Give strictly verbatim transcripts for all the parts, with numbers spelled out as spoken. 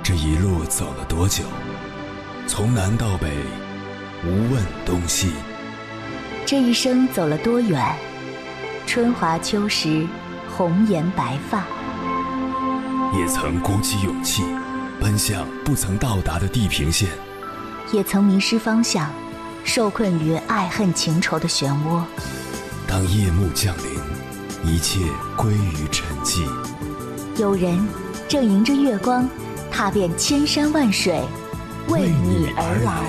这一路走了多久？从南到北，无问东西。 这一生走了多远？春华秋实，红颜白发。 也曾鼓起勇气，奔向不曾到达的地平线。 也曾迷失方向，受困于爱恨情仇的漩涡。 当夜幕降临，一切归于沉寂。 有人正迎着月光，踏遍千山万水，为你而来。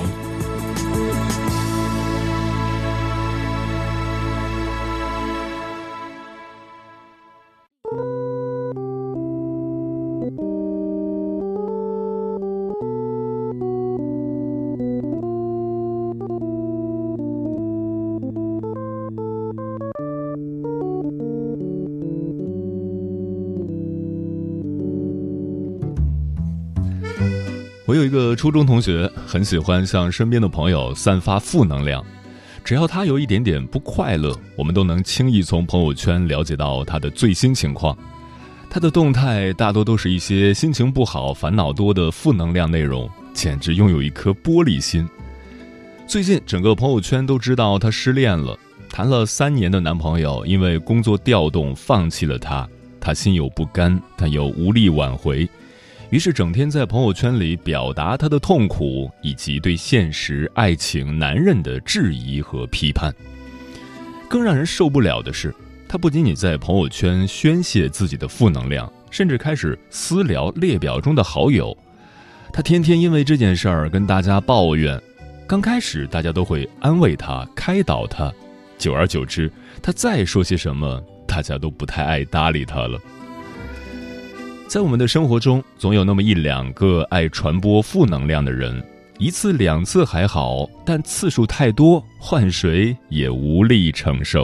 我有一个初中同学，很喜欢向身边的朋友散发负能量。只要他有一点点不快乐，我们都能轻易从朋友圈了解到他的最新情况。他的动态大多都是一些心情不好、烦恼多的负能量内容，简直拥有一颗玻璃心。最近整个朋友圈都知道他失恋了，谈了三年的男朋友因为工作调动放弃了他，他心有不甘，但又无力挽回。于是整天在朋友圈里表达他的痛苦，以及对现实、爱情、男人的质疑和批判。更让人受不了的是，他不仅仅在朋友圈宣泄自己的负能量，甚至开始私聊列表中的好友。他天天因为这件事儿跟大家抱怨。刚开始大家都会安慰他、开导他，久而久之，他再说些什么，大家都不太爱搭理他了。在我们的生活中，总有那么一两个爱传播负能量的人，一次两次还好，但次数太多，换谁也无力承受。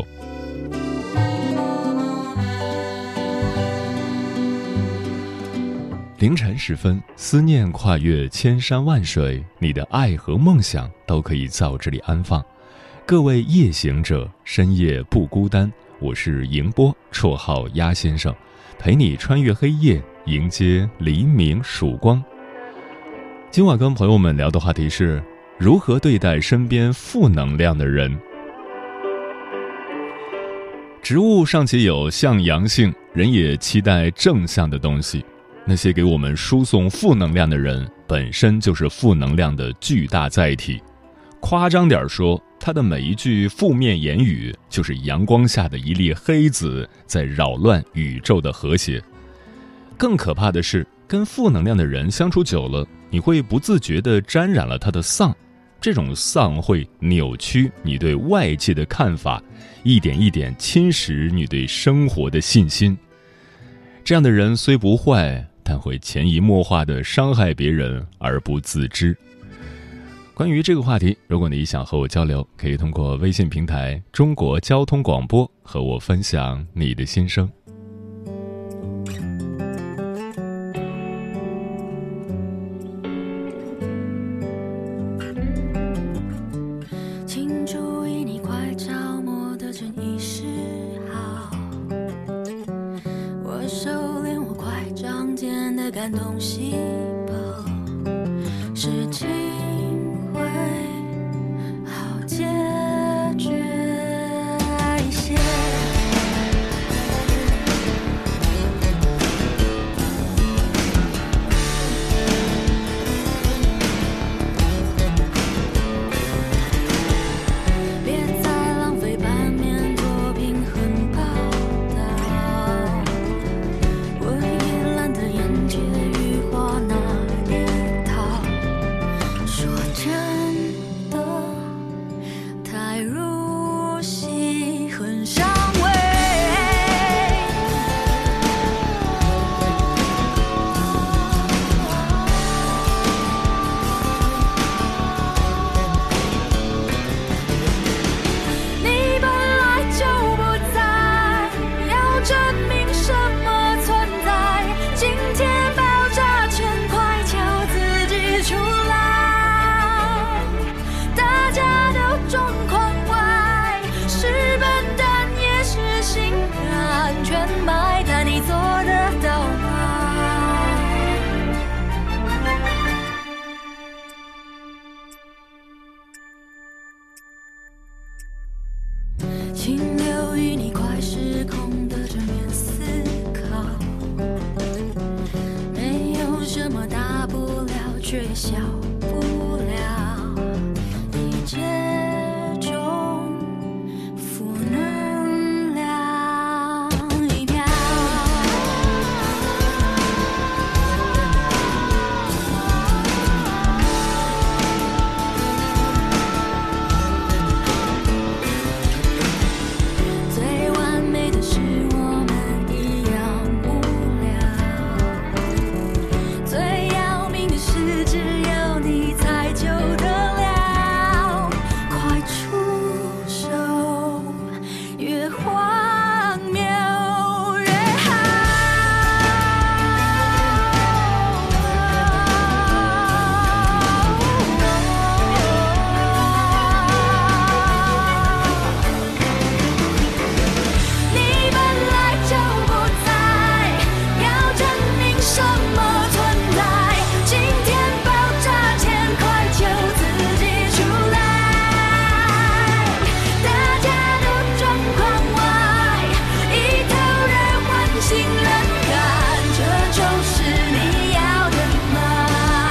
凌晨时分，思念跨越千山万水，你的爱和梦想都可以在这里安放。各位夜行者，深夜不孤单，我是迎波，绰号鸭先生，陪你穿越黑夜，迎接黎明曙光。今晚跟朋友们聊的话题是如何对待身边负能量的人。植物尚且有向阳性，人也期待正向的东西。那些给我们输送负能量的人，本身就是负能量的巨大载体。夸张点说，他的每一句负面言语，就是阳光下的一粒黑子，在扰乱宇宙的和谐。更可怕的是，跟负能量的人相处久了，你会不自觉地沾染了他的丧。这种丧会扭曲你对外界的看法，一点一点侵蚀你对生活的信心。这样的人虽不坏，但会潜移默化地伤害别人而不自知。关于这个话题，如果你想和我交流，可以通过微信平台中国交通广播和我分享你的心声。 请注意你快着魔的正意识好，我收敛我快长茧的感动细胞，事情会好解决一些。别再浪费版面做平衡报道，我也懒得沿街雨花那什么大不了，却小不了一切中负能量一飘。最完美的是我们一样无聊，最要命的是只有你才救得了，快出手，越荒谬越好。你本来就不在，要证明什么存在？今天爆炸前，快就自己出来！大家都状况外，一头热唤醒人感，这就是你要的吗？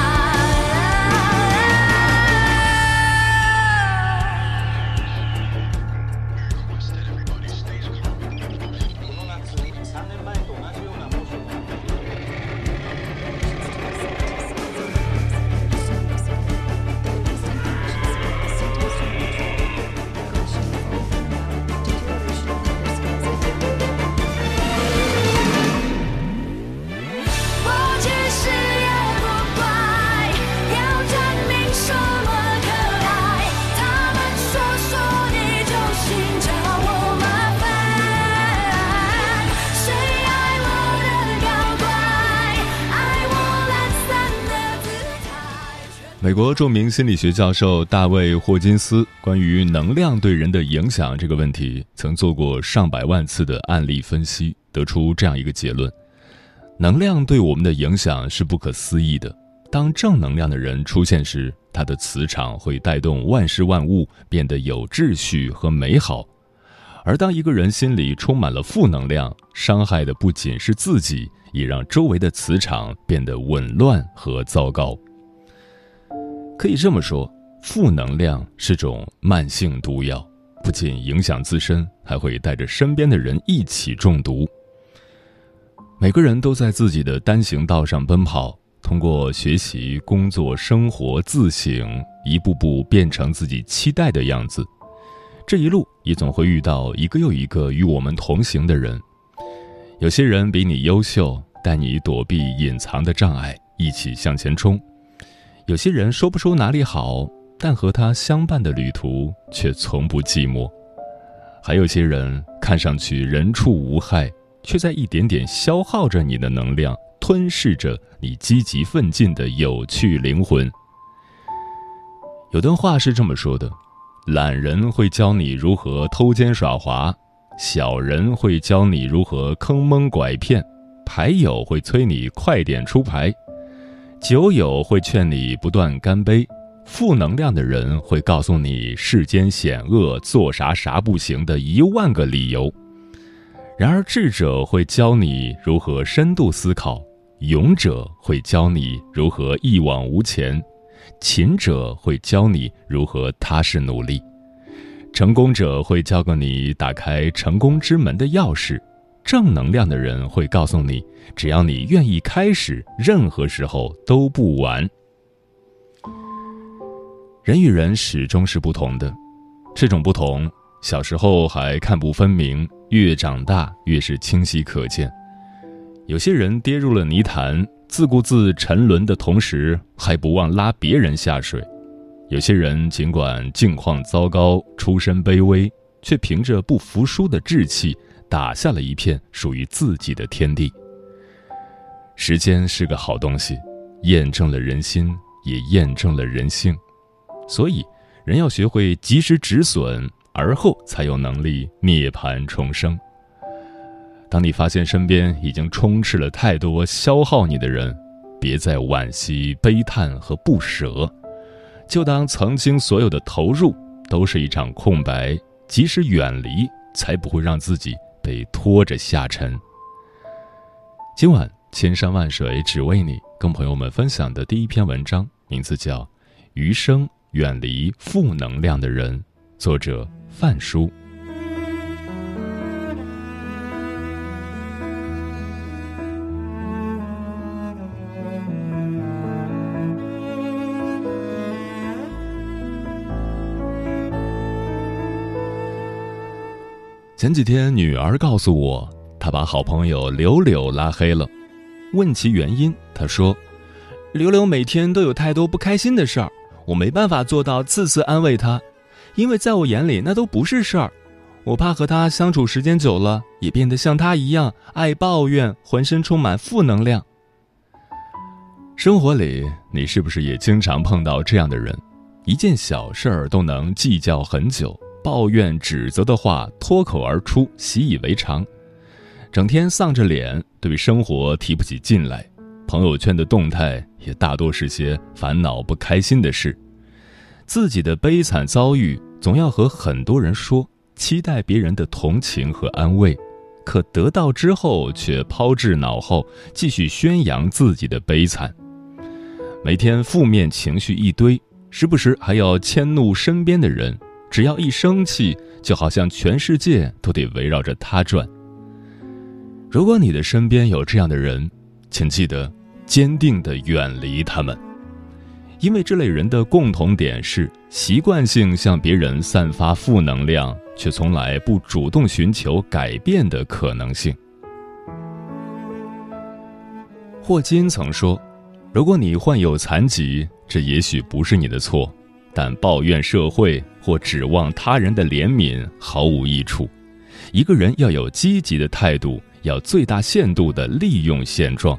不去试也不怪，要证明什么可爱？他们说说你就心找我麻烦，谁爱我的搞怪，爱我懒散的姿态。 美国著名心理学教授大卫·霍金斯关于能量对人的影响这个问题，曾做过上百万次的案例分析，得出这样一个结论：能量对我们的影响是不可思议的。当正能量的人出现时，他的磁场会带动万事万物变得有秩序和美好；而当一个人心里充满了负能量，伤害的不仅是自己，也让周围的磁场变得紊乱和糟糕。可以这么说，负能量是种慢性毒药，不仅影响自身，还会带着身边的人一起中毒。每个人都在自己的单行道上奔跑，通过学习、工作、生活、自省，一步步变成自己期待的样子。这一路也总会遇到一个又一个与我们同行的人，有些人比你优秀，带你躲避隐藏的障碍，一起向前冲；有些人说不出哪里好，但和他相伴的旅途却从不寂寞；还有些人看上去人畜无害，却在一点点消耗着你的能量，吞噬着你积极奋进的有趣灵魂。有段话是这么说的：懒人会教你如何偷奸耍滑，小人会教你如何坑蒙拐骗，牌友会催你快点出牌，酒友会劝你不断干杯，负能量的人会告诉你世间险恶，做啥啥不行的一万个理由。然而智者会教你如何深度思考，勇者会教你如何一往无前，勤者会教你如何踏实努力，成功者会教给你打开成功之门的钥匙，正能量的人会告诉你，只要你愿意开始，任何时候都不晚。人与人始终是不同的，这种不同，小时候还看不分明，越长大越是清晰可见。有些人跌入了泥潭，自顾自沉沦的同时，还不忘拉别人下水；有些人尽管境况糟糕，出身卑微，却凭着不服输的志气，打下了一片属于自己的天地。时间是个好东西，验证了人心，也验证了人性。所以，人要学会及时止损，而后才有能力涅槃重生。当你发现身边已经充斥了太多消耗你的人，别再惋惜、悲叹和不舍，就当曾经所有的投入都是一场空白，及时远离，才不会让自己被拖着下沉。今晚千山万水只为你，跟朋友们分享的第一篇文章，名字叫《余生远离负能量的人》，作者范叔。前几天女儿告诉我，她把好朋友柳柳拉黑了。问其原因，她说，柳柳每天都有太多不开心的事儿，我没办法做到次次安慰她，因为在我眼里那都不是事儿。我怕和她相处时间久了，也变得像她一样爱抱怨，浑身充满负能量。生活里，你是不是也经常碰到这样的人，一件小事儿都能计较很久，抱怨指责的话脱口而出，习以为常，整天丧着脸，对生活提不起劲来，朋友圈的动态也大多是些烦恼不开心的事，自己的悲惨遭遇总要和很多人说，期待别人的同情和安慰，可得到之后却抛至脑后，继续宣扬自己的悲惨。每天负面情绪一堆，时不时还要迁怒身边的人，只要一生气，就好像全世界都得围绕着他转。如果你的身边有这样的人，请记得坚定地远离他们，因为这类人的共同点是习惯性向别人散发负能量，却从来不主动寻求改变的可能性。霍金曾说，如果你患有残疾，这也许不是你的错，但抱怨社会或指望他人的怜悯毫无益处。一个人要有积极的态度，要最大限度地利用现状。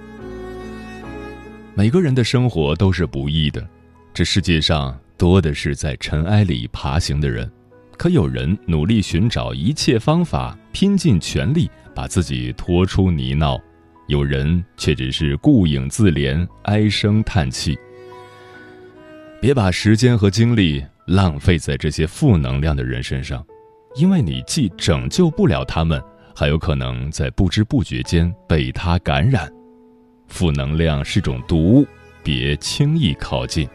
每个人的生活都是不易的，这世界上多的是在尘埃里爬行的人，可有人努力寻找一切方法，拼尽全力把自己拖出泥淖，有人却只是顾影自怜，唉声叹气。别把时间和精力浪费在这些负能量的人身上，因为你既拯救不了他们，还有可能在不知不觉间被他感染。负能量是种毒物，别轻易靠近。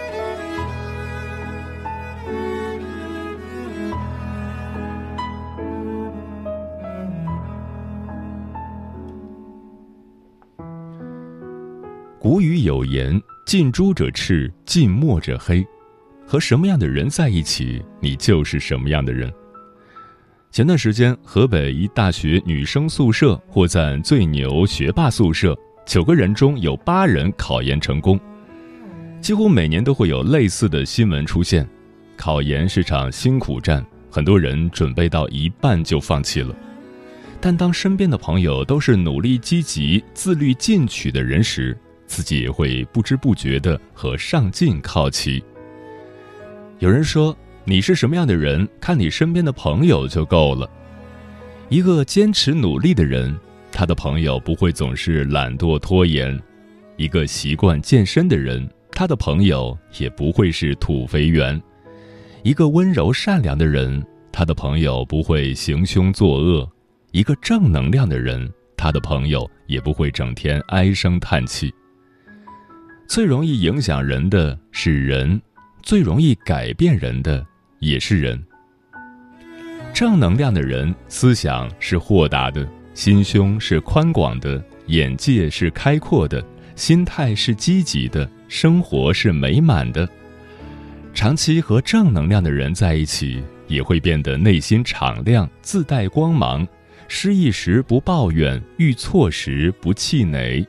古语有言，近朱者赤，近墨者黑。和什么样的人在一起，你就是什么样的人。前段时间，河北一大学女生宿舍获赞最牛学霸宿舍，九个人中有八人考研成功。几乎每年都会有类似的新闻出现。考研是场辛苦战，很多人准备到一半就放弃了。但当身边的朋友都是努力积极、自律进取的人时，自己也会不知不觉地和上进靠齐。有人说，你是什么样的人，看你身边的朋友就够了。一个坚持努力的人，他的朋友不会总是懒惰拖延；一个习惯健身的人，他的朋友也不会是土肥圆；一个温柔善良的人，他的朋友不会行凶作恶；一个正能量的人，他的朋友也不会整天唉声叹气。最容易影响人的是人，最容易改变人的也是人。正能量的人，思想是豁达的，心胸是宽广的，眼界是开阔的，心态是积极的，生活是美满的。长期和正能量的人在一起，也会变得内心敞亮，自带光芒，失意时不抱怨，遇错时不气馁。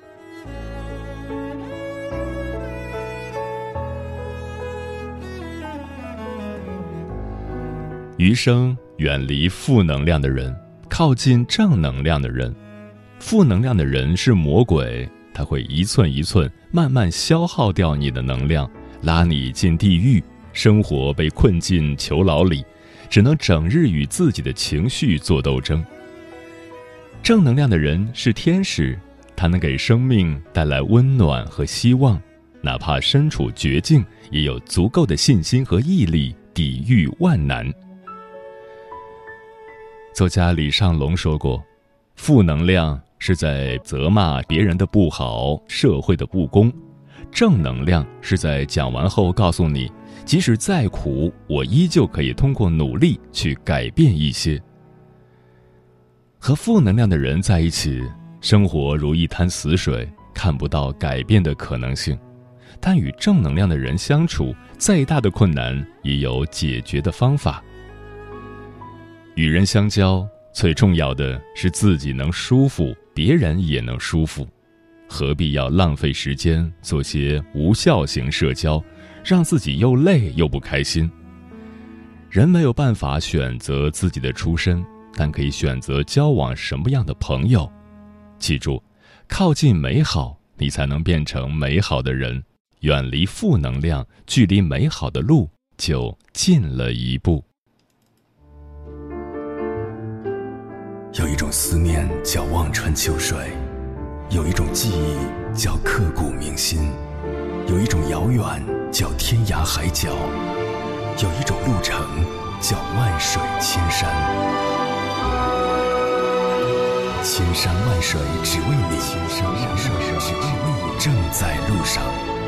余生远离负能量的人，靠近正能量的人。负能量的人是魔鬼，他会一寸一寸慢慢消耗掉你的能量，拉你进地狱，生活被困进囚牢里，只能整日与自己的情绪做斗争。正能量的人是天使，他能给生命带来温暖和希望，哪怕身处绝境，也有足够的信心和毅力抵御万难。作家李尚龙说过，负能量是在责骂别人的不好、社会的不公；正能量是在讲完后告诉你，即使再苦，我依旧可以通过努力去改变一些。和负能量的人在一起，生活如一滩死水，看不到改变的可能性；但与正能量的人相处，再大的困难也有解决的方法。与人相交，最重要的是自己能舒服，别人也能舒服。何必要浪费时间做些无效型社交，让自己又累又不开心？人没有办法选择自己的出身，但可以选择交往什么样的朋友。记住，靠近美好，你才能变成美好的人；远离负能量，距离美好的路就近了一步。 有一种思念叫望穿秋水，有一种记忆叫刻骨铭心，有一种遥远叫天涯海角，有一种路程叫万水千山。千山万水只为你，千山万水只为你，正在路上。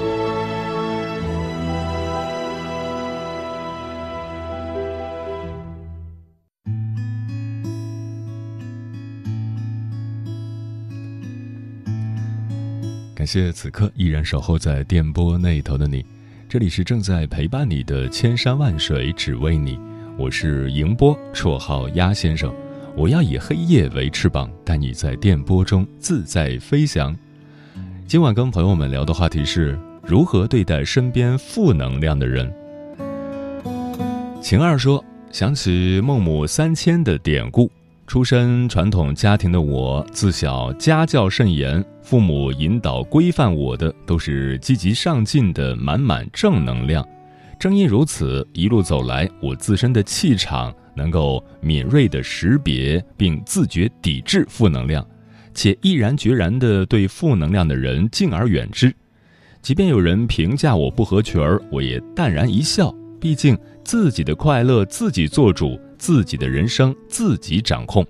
感谢此刻依然守候在电波那头的你，这里是正在陪伴你的千山万水只为你，我是迎波，绰号鸭先生。我要以黑夜为翅膀，带你在电波中自在飞翔。今晚跟朋友们聊的话题是如何对待身边负能量的人。晴儿说，想起孟母三迁的典故，出身传统家庭的我，自小家教甚严，父母引导规范我的都是积极上进的满满正能量。正因如此，一路走来，我自身的气场能够敏锐地识别并自觉抵制负能量，且毅然决然地对负能量的人敬而远之。即便有人评价我不合群儿，我也淡然一笑，毕竟自己的快乐自己做主，自己的人生自己掌控。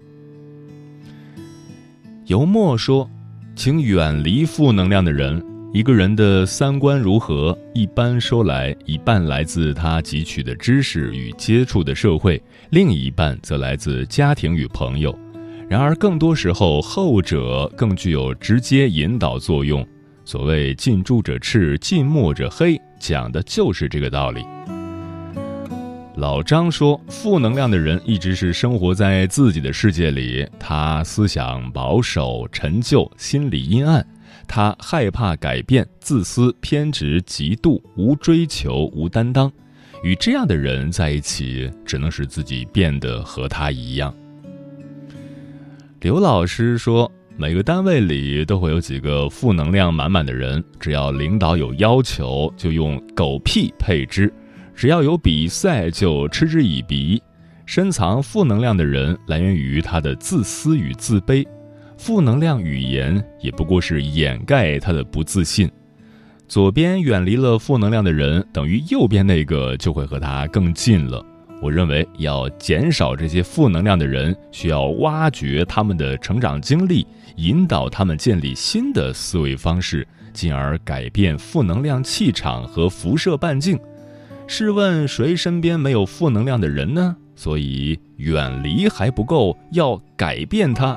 游墨说，请远离负能量的人。一个人的三观如何，一般说来，一半来自他汲取的知识与接触的社会，另一半则来自家庭与朋友。然而更多时候，后者更具有直接引导作用。所谓近朱者赤，近墨者黑，讲的就是这个道理。老张说，负能量的人一直是生活在自己的世界里，他思想保守、陈旧，心理阴暗，他害怕改变，自私、偏执、嫉妒，无追求、无担当。与这样的人在一起，只能使自己变得和他一样。刘老师说，每个单位里都会有几个负能量满满的人，只要领导有要求，就用狗屁配之；只要有比赛，就嗤之以鼻。深藏负能量的人，来源于他的自私与自卑。负能量语言也不过是掩盖他的不自信。左边远离了负能量的人，等于右边那个就会和他更近了。我认为要减少这些负能量的人，需要挖掘他们的成长经历，引导他们建立新的思维方式，进而改变负能量气场和辐射半径。试问谁身边没有负能量的人呢？所以远离还不够，要改变它。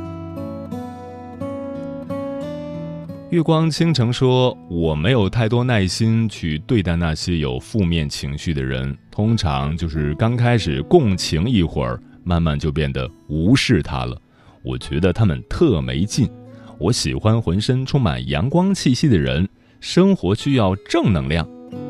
月光倾城说，我没有太多耐心去对待那些有负面情绪的人，通常就是刚开始共情一会儿，慢慢就变得无视他了。我觉得他们特没劲。我喜欢浑身充满阳光气息的人，生活需要正能量。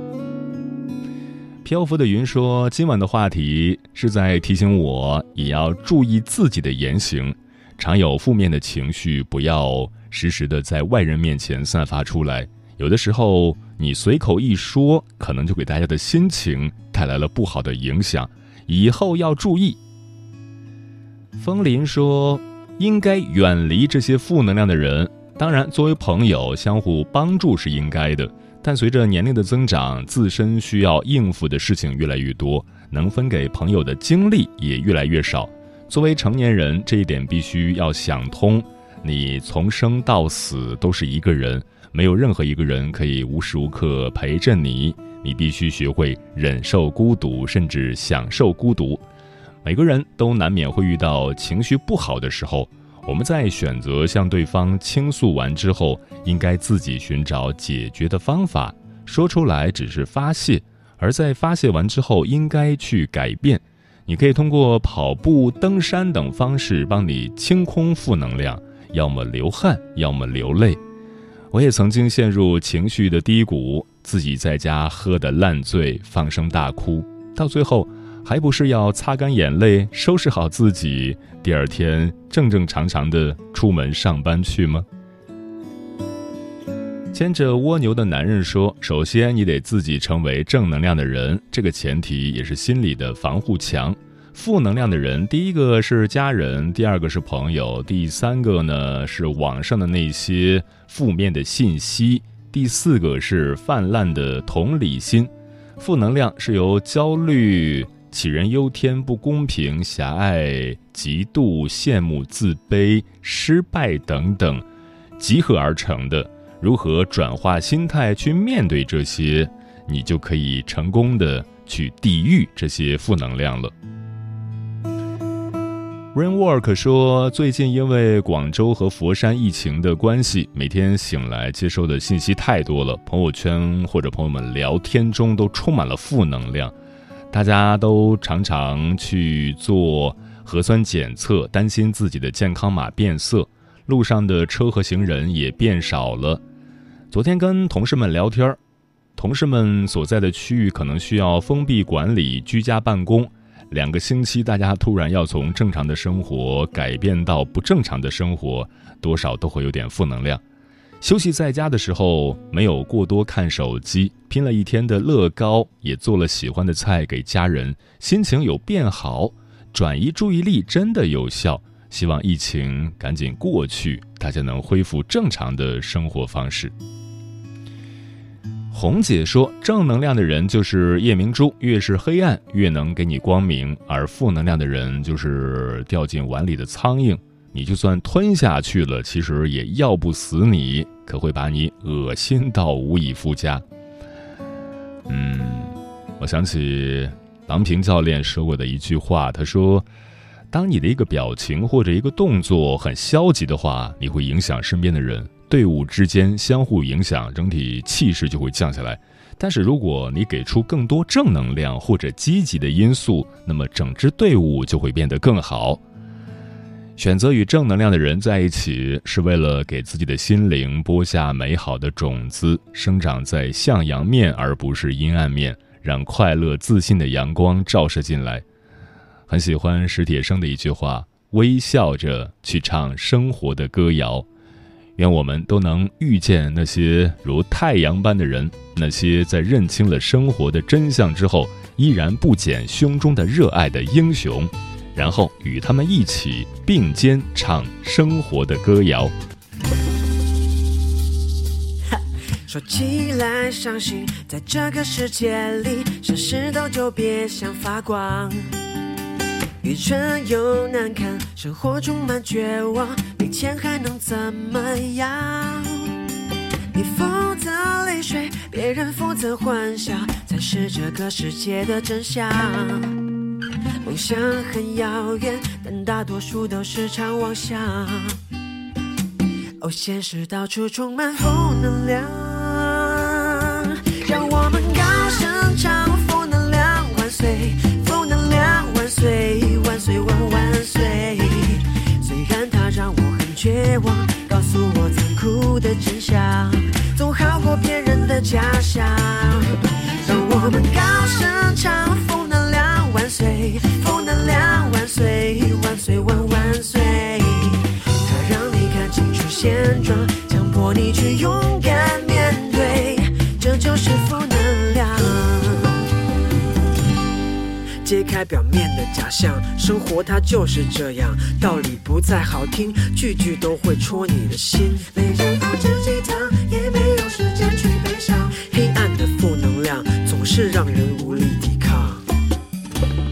漂浮的云说，今晚的话题是在提醒我也要注意自己的言行，常有负面的情绪，不要时时的在外人面前散发出来，有的时候你随口一说，可能就给大家的心情带来了不好的影响，以后要注意。风林说，应该远离这些负能量的人，当然作为朋友相互帮助是应该的，但随着年龄的增长，自身需要应付的事情越来越多，能分给朋友的精力也越来越少。作为成年人，这一点必须要想通， 你从生到死都是一个人，没有任何一个人可以无时无刻陪着你，你必须学会忍受孤独，甚至享受孤独。每个人都难免会遇到情绪不好的时候，我们在选择向对方倾诉完之后，应该自己寻找解决的方法，说出来只是发泄，而在发泄完之后应该去改变。你可以通过跑步、登山等方式帮你清空负能量，要么流汗，要么流泪。我也曾经陷入情绪的低谷，自己在家喝得烂醉，放声大哭，到最后还不是要擦干眼泪，收拾好自己，第二天正正常常的出门上班去吗？牵着蜗牛的男人说，首先你得自己成为正能量的人，这个前提也是心理的防护墙。负能量的人，第一个是家人，第二个是朋友，第三个呢是网上的那些负面的信息，第四个是泛滥的同理心。负能量是由焦虑、杞人忧天、不公平、狭隘、嫉妒、羡慕、自卑、失败等等集合而成的。如何转化心态去面对这些，你就可以成功的去抵御这些负能量了。Rainwork 说，最近因为广州和佛山疫情的关系，每天醒来接收的信息太多了，朋友圈或者朋友们聊天中都充满了负能量，大家都常常去做核酸检测，担心自己的健康码变色，路上的车和行人也变少了。昨天跟同事们聊天，同事们所在的区域可能需要封闭管理、居家办公，两个星期大家突然要从正常的生活改变到不正常的生活，多少都会有点负能量。休息在家的时候没有过多看手机，拼了一天的乐高，也做了喜欢的菜给家人，心情有变好，转移注意力真的有效。希望疫情赶紧过去，大家能恢复正常的生活方式。红姐说，正能量的人就是夜明珠，越是黑暗越能给你光明，而负能量的人就是掉进碗里的苍蝇，你就算吞下去了，其实也要不死你，可会把你恶心到无以复加。嗯，我想起郎平教练说过的一句话，他说，当你的一个表情或者一个动作很消极的话，你会影响身边的人，队伍之间相互影响，整体气势就会降下来。但是如果你给出更多正能量或者积极的因素，那么整支队伍就会变得更好。选择与正能量的人在一起，是为了给自己的心灵播下美好的种子，生长在向阳面而不是阴暗面，让快乐自信的阳光照射进来。很喜欢史铁生的一句话，微笑着去唱生活的歌谣。愿我们都能遇见那些如太阳般的人，那些在认清了生活的真相之后依然不减胸中的热爱的英雄，然后与他们一起并肩唱生活的歌谣。 说起来伤心，在这个世界里，像石头就别想发光，愚蠢又难看，生活充满绝望，没钱还能怎么样？你负责泪水，别人负责欢笑，才是这个世界的真相。梦想很遥远，但大多数都是场妄想。哦，现实到处充满负能量，让我们高声唱负能量万岁，负能量万岁，万岁万万岁。虽然它让我很绝望，告诉我残酷的真相，总好过别人的假想。让我们高声唱负能量万岁，负能量万岁，万岁万万岁。它让你看清楚现状，强迫你去勇敢面对，这就是负能量。揭开表面的假象，生活它就是这样，道理不再好听，句句都会戳你的心。没人熬这鸡汤，也没有时间去悲伤，黑暗的负能量总是让人无力抵抗。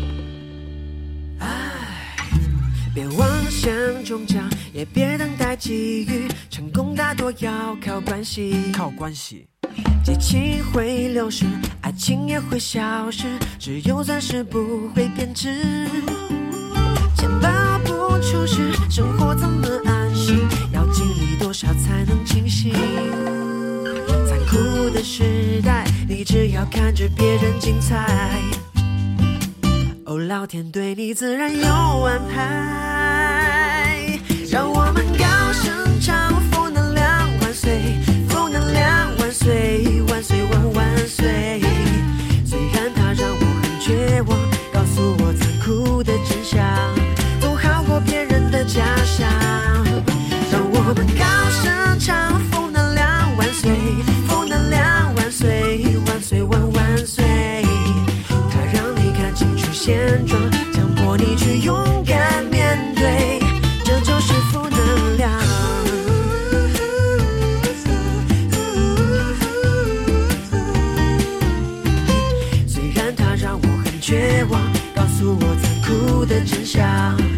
唉，别妄想中奖，也别等待机际遇，成功大多要靠关系，靠关系。激情会流逝，爱情也会消失，只有钻石不会变质。钱包不出事，生活怎么安心？要经历多少才能清醒？残酷的时代，你只要看着别人精彩。哦，老天对你自然有安排，让我们高声唱负能量万岁，负能量万岁，万岁万万岁。虽然它让我很绝望，告诉我残酷的真相，总好过别人的假想。让我们高声唱负能量万岁，负能量万岁，万岁万万岁。它让你看清楚现状，强迫你去勇敢面对，这就是负能量。虽然它让我很绝望，告诉我残酷的真相。